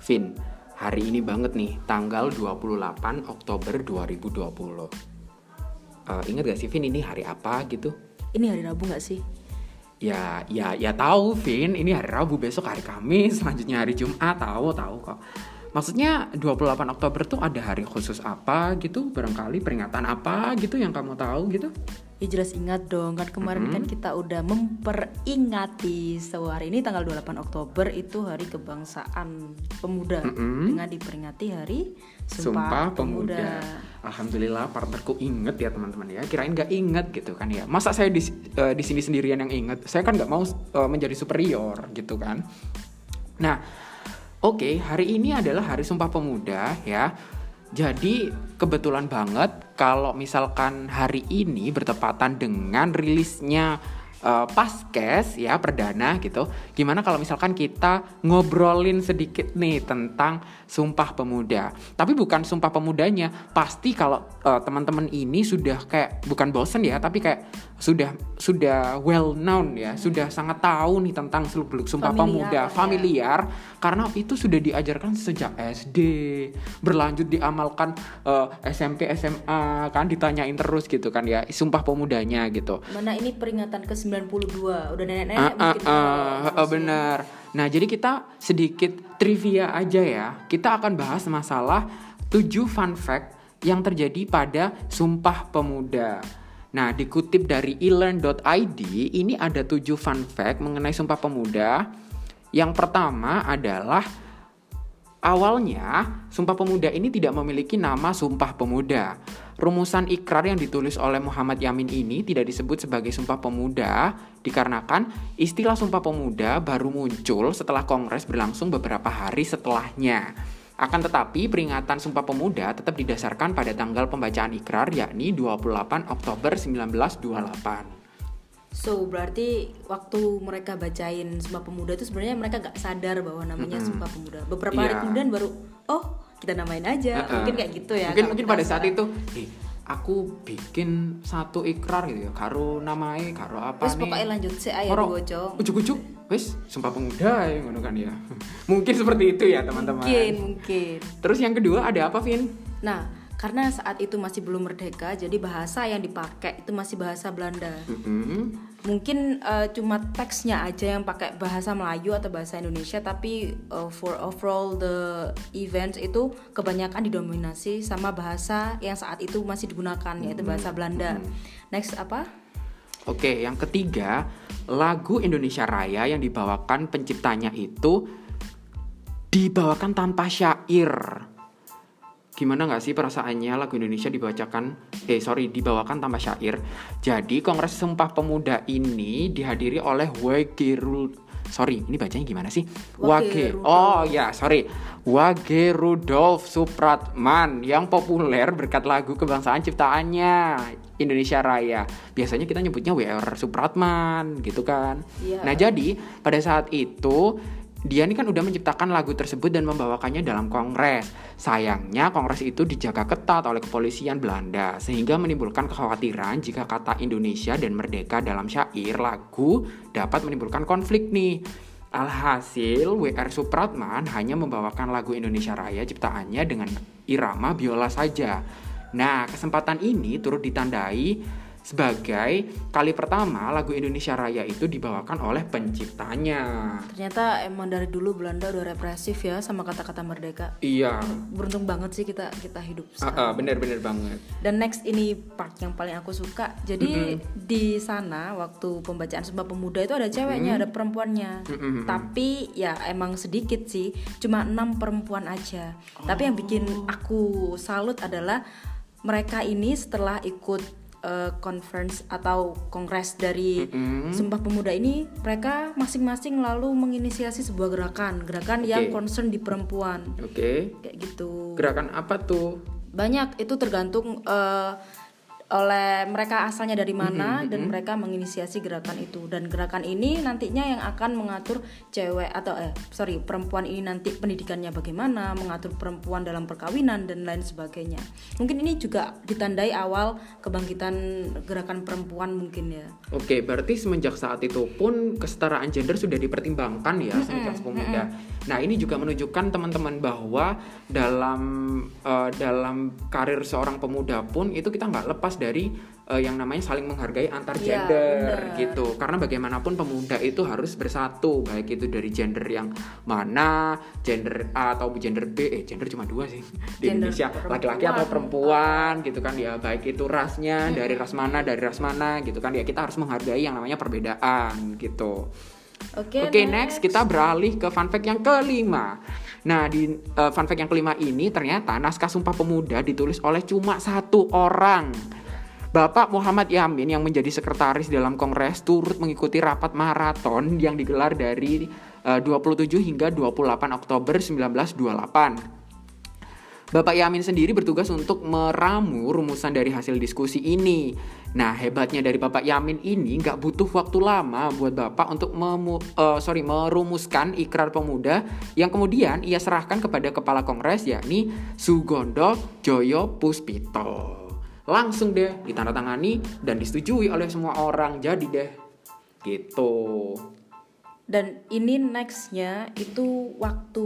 Vin, hari ini banget nih, tanggal 28 Oktober 2020. Ingat gak sih Vin, ini hari apa gitu? Ini hari Rabu gak sih? Ya tahu Vin, ini hari Rabu, besok hari Kamis, selanjutnya hari Jumat, tahu kok. Maksudnya 28 Oktober tuh ada hari khusus apa gitu? Barangkali peringatan apa gitu yang kamu tahu gitu? Ya jelas ingat dong, kan kemarin kan kita udah memperingati. So hari ini tanggal 28 Oktober itu hari kebangsaan pemuda dengan diperingati hari Sumpah Pemuda. Alhamdulillah partnerku inget ya teman-teman ya. Kirain gak inget gitu kan ya. Masa saya di sini sendirian yang inget? Saya kan gak mau menjadi superior gitu kan. Nah, oke, hari ini adalah hari Sumpah Pemuda ya. Jadi kebetulan banget kalau misalkan hari ini bertepatan dengan rilisnya Paskes ya, perdana gitu. Gimana kalau misalkan kita ngobrolin sedikit nih tentang Sumpah Pemuda. Tapi bukan Sumpah Pemudanya. Pasti kalau teman-teman ini sudah kayak bukan bosen ya, tapi kayak sudah well known ya, sudah sangat tahu nih tentang seluk-beluk Sumpah Pemuda, familiar karena itu sudah diajarkan sejak SD, berlanjut diamalkan SMP, SMA kan, ditanyain terus gitu kan ya Sumpah Pemudanya gitu. Mana ini peringatan ke-92, udah nenek-nenek mungkin bener. Nah, jadi kita sedikit trivia aja ya. Kita akan bahas masalah 7 fun fact yang terjadi pada Sumpah Pemuda. Nah, dikutip dari elearn.id, ini ada 7 fun fact mengenai Sumpah Pemuda. Yang pertama adalah awalnya Sumpah Pemuda ini tidak memiliki nama Sumpah Pemuda. Rumusan ikrar yang ditulis oleh Muhammad Yamin ini tidak disebut sebagai Sumpah Pemuda dikarenakan istilah Sumpah Pemuda baru muncul setelah Kongres berlangsung beberapa hari setelahnya. Akan tetapi peringatan Sumpah Pemuda tetap didasarkan pada tanggal pembacaan ikrar yakni 28 Oktober 1928. So berarti waktu mereka bacain Sumpah Pemuda itu sebenarnya mereka gak sadar bahwa namanya Sumpah Pemuda. Beberapa hari kemudian baru kita namain aja. Mungkin kayak gitu ya. Mungkin pada saat itu aku bikin satu ikrar gitu ya, karo namanya, karo apa terus nih. Pokoknya lanjut sih ayo diwocok. Ujuk-ujuk wis Sumpah Pemuda ya ngono kan ya. Mungkin seperti itu ya teman-teman. Mungkin. Terus yang kedua ada apa, Vin? Nah, karena saat itu masih belum merdeka, jadi bahasa yang dipakai itu masih bahasa Belanda. Mungkin cuma teksnya aja yang pakai bahasa Melayu atau bahasa Indonesia, tapi for overall the events itu kebanyakan didominasi sama bahasa yang saat itu masih digunakan, yaitu bahasa Belanda. Next apa? Oke, yang ketiga, lagu Indonesia Raya yang dibawakan penciptanya itu dibawakan tanpa syair. Gimana gak sih perasaannya lagu Indonesia dibawakan tanpa syair. Jadi Kongres Sumpah Pemuda ini dihadiri oleh Wage Rudolf Supratman yang populer berkat lagu kebangsaan ciptaannya Indonesia Raya. Biasanya kita nyebutnya WR Supratman gitu kan. Nah, jadi pada saat itu dia ini kan udah menciptakan lagu tersebut dan membawakannya dalam kongres. Sayangnya kongres itu dijaga ketat oleh kepolisian Belanda sehingga menimbulkan kekhawatiran jika kata Indonesia dan merdeka dalam syair lagu dapat menimbulkan konflik nih. Alhasil WR Supratman hanya membawakan lagu Indonesia Raya ciptaannya dengan irama biola saja. Nah, kesempatan ini turut ditandai sebagai kali pertama lagu Indonesia Raya itu dibawakan oleh penciptanya. Ternyata emang dari dulu Belanda udah represif ya sama kata-kata merdeka. Iya. Beruntung banget sih kita hidup sekarang. Bener banget. Dan next ini part yang paling aku suka. Jadi di sana waktu pembacaan Sumpah Pemuda itu ada ceweknya, ada perempuannya. Tapi ya emang sedikit sih, cuma 6 perempuan aja. Tapi yang bikin aku salut adalah mereka ini setelah ikut conference atau kongres dari Sumpah Pemuda ini, mereka masing-masing lalu menginisiasi sebuah gerakan yang concern di perempuan. Kayak gitu. Gerakan apa tuh? Banyak, itu tergantung oleh mereka asalnya dari mana dan mereka menginisiasi gerakan itu, dan gerakan ini nantinya yang akan mengatur cewek atau perempuan ini nanti pendidikannya bagaimana, mengatur perempuan dalam perkawinan dan lain sebagainya. Mungkin ini juga ditandai awal kebangkitan gerakan perempuan mungkin ya. Oke, berarti semenjak saat itu pun kesetaraan gender sudah dipertimbangkan ya semenjak pemuda. Nah, ini juga menunjukkan teman-teman bahwa dalam karir seorang pemuda pun itu kita nggak lepas dari yang namanya saling menghargai antar gender gitu. Karena bagaimanapun pemuda itu harus bersatu, baik itu dari gender yang mana, gender A atau gender B, gender cuma 2 sih di Indonesia, laki-laki atau perempuan gitu kan ya, baik itu rasnya dari ras mana gitu kan ya, kita harus menghargai yang namanya perbedaan gitu. Oke, next kita beralih ke fun fact yang kelima. Nah, di fun fact yang kelima ini ternyata naskah Sumpah Pemuda ditulis oleh cuma 1 orang. Bapak Muhammad Yamin yang menjadi sekretaris dalam Kongres turut mengikuti rapat maraton yang digelar dari 27 hingga 28 Oktober 1928. Bapak Yamin sendiri bertugas untuk meramu rumusan dari hasil diskusi ini. Nah, hebatnya dari Bapak Yamin ini nggak butuh waktu lama buat Bapak untuk merumuskan Ikrar Pemuda yang kemudian ia serahkan kepada Kepala Kongres, yakni Sugondo Joyo Puspito. Langsung deh ditandatangani dan disetujui oleh semua orang, jadi deh gitu. Dan ini nextnya itu waktu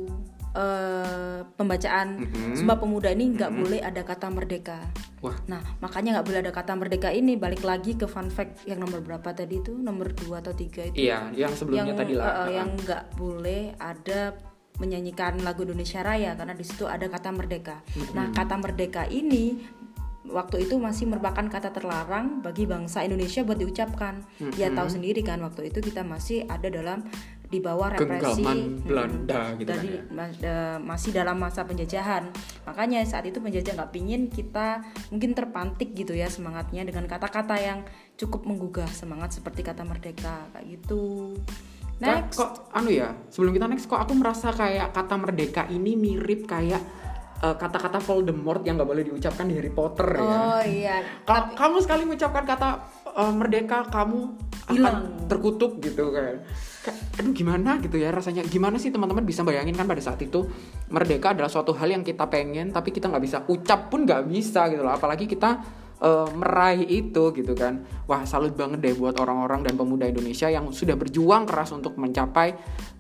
pembacaan Sumpah Pemuda ini nggak boleh ada kata merdeka. Wah. Nah, makanya nggak boleh ada kata merdeka ini. Balik lagi ke fun fact yang nomor berapa tadi itu, nomor 2 atau 3 itu. Iya, yang sebelumnya tadi lah. Yang nggak boleh ada menyanyikan lagu Indonesia Raya karena di situ ada kata merdeka. Nah, kata merdeka ini waktu itu masih merupakan kata terlarang bagi bangsa Indonesia buat diucapkan. Ya tahu sendiri kan, waktu itu kita masih ada di bawah represi Belanda gitu dari masih dalam masa penjajahan. Makanya saat itu penjajah nggak pingin kita mungkin terpantik gitu ya semangatnya dengan kata-kata yang cukup menggugah semangat seperti kata merdeka kayak gitu. Next. Sebelum kita next, kok aku merasa kayak kata merdeka ini mirip kayak kata-kata Voldemort yang nggak boleh diucapkan di Harry Potter ya. Oh iya. Kamu sekali mengucapkan kata merdeka, kamu akan terkutuk gitu kan. Aduh, gimana gitu ya rasanya. Gimana sih teman-teman bisa bayangin kan pada saat itu merdeka adalah suatu hal yang kita pengen tapi kita nggak bisa ucap pun nggak bisa gitu loh. Apalagi kita meraih itu gitu kan. Wah, salut banget deh buat orang-orang dan pemuda Indonesia yang sudah berjuang keras untuk mencapai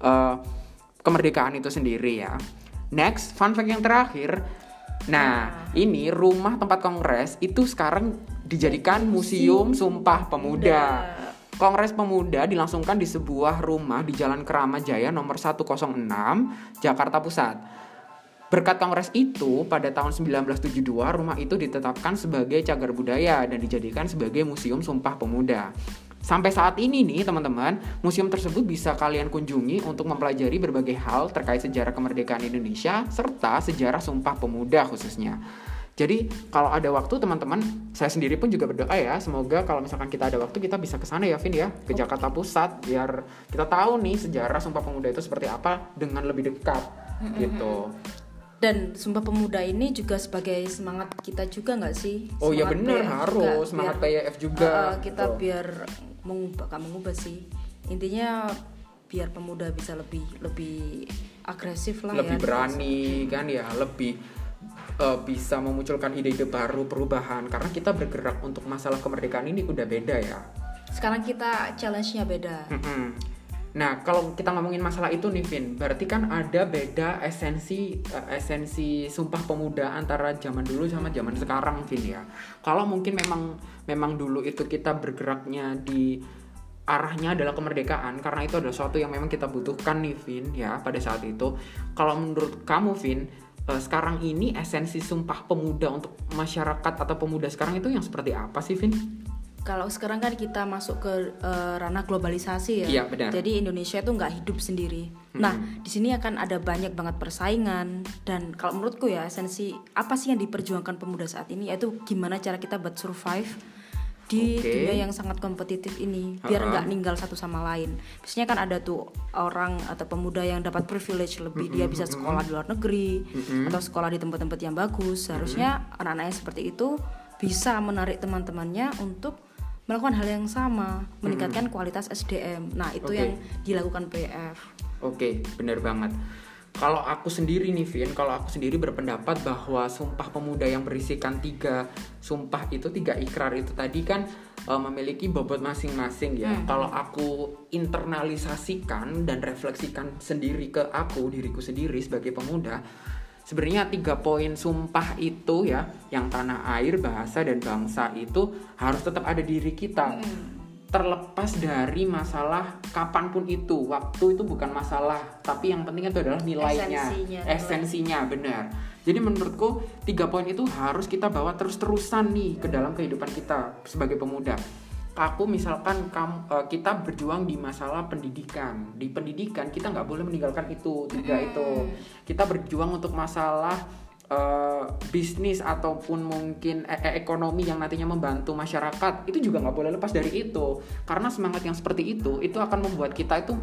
kemerdekaan itu sendiri ya. Next, fun fact yang terakhir. Nah, ini rumah tempat kongres itu sekarang dijadikan Museum Sumpah Pemuda. Kongres Pemuda dilangsungkan di sebuah rumah di Jalan Keramat Jaya nomor 106, Jakarta Pusat. Berkat kongres itu, pada tahun 1972, rumah itu ditetapkan sebagai cagar budaya dan dijadikan sebagai Museum Sumpah Pemuda. Sampai saat ini nih teman-teman, museum tersebut bisa kalian kunjungi untuk mempelajari berbagai hal terkait sejarah kemerdekaan Indonesia serta sejarah Sumpah Pemuda khususnya. Jadi kalau ada waktu teman-teman, saya sendiri pun juga berdoa ya, semoga kalau misalkan kita ada waktu kita bisa ke sana ya Vin ya, ke Jakarta Pusat biar kita tahu nih sejarah Sumpah Pemuda itu seperti apa dengan lebih dekat gitu. Dan Sumpah Pemuda ini juga sebagai semangat kita juga nggak sih? Oh iya benar, harus semangat PYF juga. Kita biar mengubah sih. Intinya biar pemuda bisa lebih agresif lah, lebih berani kan ya, lebih bisa memunculkan ide-ide baru perubahan karena kita bergerak untuk masalah kemerdekaan ini udah beda ya. Sekarang kita challenge-nya beda. Nah, kalau kita ngomongin masalah itu nih Vin, berarti kan ada beda esensi Sumpah Pemuda antara zaman dulu sama zaman sekarang Vin ya. Kalau mungkin memang dulu itu kita bergeraknya di arahnya adalah kemerdekaan karena itu adalah sesuatu yang memang kita butuhkan nih Vin ya pada saat itu. Kalau menurut kamu Vin, sekarang ini esensi Sumpah Pemuda untuk masyarakat atau pemuda sekarang itu yang seperti apa sih Vin? Kalau sekarang kan kita masuk ke ranah globalisasi ya. Iya, benar. Jadi Indonesia itu nggak hidup sendiri. Nah, di sini akan ada banyak banget persaingan dan kalau menurutku ya esensi apa sih yang diperjuangkan pemuda saat ini yaitu gimana cara kita buat survive di dunia yang sangat kompetitif ini biar nggak ninggal satu sama lain. Biasanya kan ada tuh orang atau pemuda yang dapat privilege lebih, dia bisa sekolah di luar negeri atau sekolah di tempat-tempat yang bagus. Seharusnya anak-anak yang seperti itu bisa menarik teman-temannya untuk melakukan hal yang sama, meningkatkan kualitas SDM. Nah, itu yang dilakukan PF. Oke, benar banget. Kalau aku sendiri nih Vin, kalau aku sendiri berpendapat bahwa Sumpah Pemuda yang berisikan 3 sumpah itu, 3 ikrar itu tadi kan memiliki bobot masing-masing ya. Kalau aku internalisasikan dan refleksikan sendiri ke diriku sendiri sebagai pemuda, sebenarnya 3 poin sumpah itu ya, yang tanah air, bahasa, dan bangsa itu harus tetap ada di diri kita. Terlepas dari masalah kapanpun itu, waktu itu bukan masalah, tapi yang penting itu adalah nilainya, esensinya benar. Jadi menurutku 3 poin itu harus kita bawa terus-terusan nih ke dalam kehidupan kita sebagai pemuda. Aku misalkan kita berjuang di masalah pendidikan, di pendidikan kita nggak boleh meninggalkan itu 3 itu. Kita berjuang untuk masalah bisnis ataupun mungkin ekonomi yang nantinya membantu masyarakat, itu juga nggak boleh lepas dari itu, karena semangat yang seperti itu akan membuat kita itu,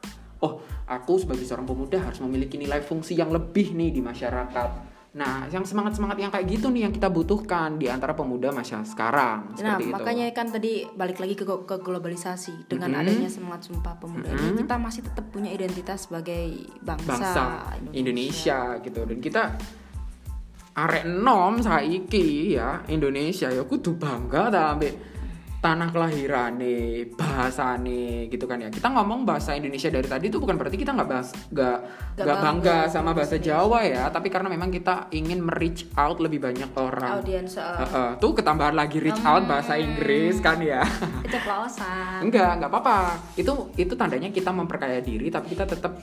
aku sebagai seorang pemuda harus memiliki nilai fungsi yang lebih nih di masyarakat. Nah, yang semangat yang kayak gitu nih yang kita butuhkan di antara pemuda masa sekarang. Nah, makanya kan tadi balik lagi ke globalisasi. Dengan adanya semangat Sumpah Pemuda ini, kita masih tetap punya identitas sebagai bangsa Indonesia gitu. Dan kita arek enom saiki ya Indonesia ya kudu bangga ta ambek tanah kelahirane, bahasane gitu kan ya. Kita ngomong bahasa Indonesia dari tadi itu bukan berarti kita nggak bangga sama bahasa Jawa ya, tapi karena memang kita ingin reach out lebih banyak orang. Audiens. Tuh ketambahan lagi reach out bahasa Inggris kan ya. Keceplosan. Enggak apa-apa. Itu tandanya kita memperkaya diri, tapi kita tetap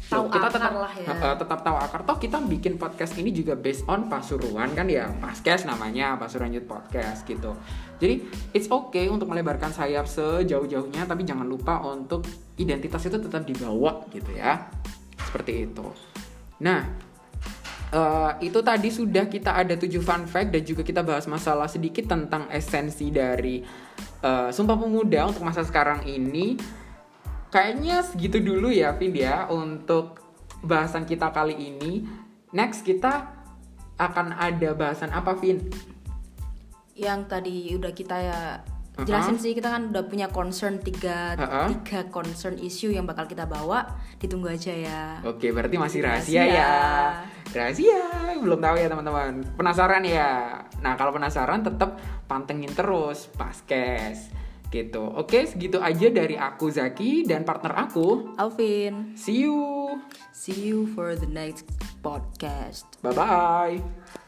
tetap tahu akar. Toh kita bikin podcast ini juga based on Pasuruan kan ya, Paskes namanya, Pasuruan Youth Podcast gitu. Jadi it's okay untuk melebarkan sayap sejauh-jauhnya, tapi jangan lupa untuk identitas itu tetap dibawa gitu ya, seperti itu. Nah, itu tadi sudah kita ada 7 fun fact dan juga kita bahas masalah sedikit tentang esensi dari Sumpah Pemuda untuk masa sekarang ini. Kayaknya segitu dulu ya Vin ya untuk bahasan kita kali ini. Next kita akan ada bahasan apa Vin? Yang tadi udah kita jelasin sih, kita kan udah punya concern 3 concern issue yang bakal kita bawa. Ditunggu aja ya. Oke, berarti masih rahasia ya. Rahasia, belum tahu ya teman-teman. Penasaran ya? Nah, kalau penasaran tetap pantengin terus Paskes gitu. Oke, segitu aja dari aku Zaki dan partner aku Alvin. See you For the next podcast. Bye bye.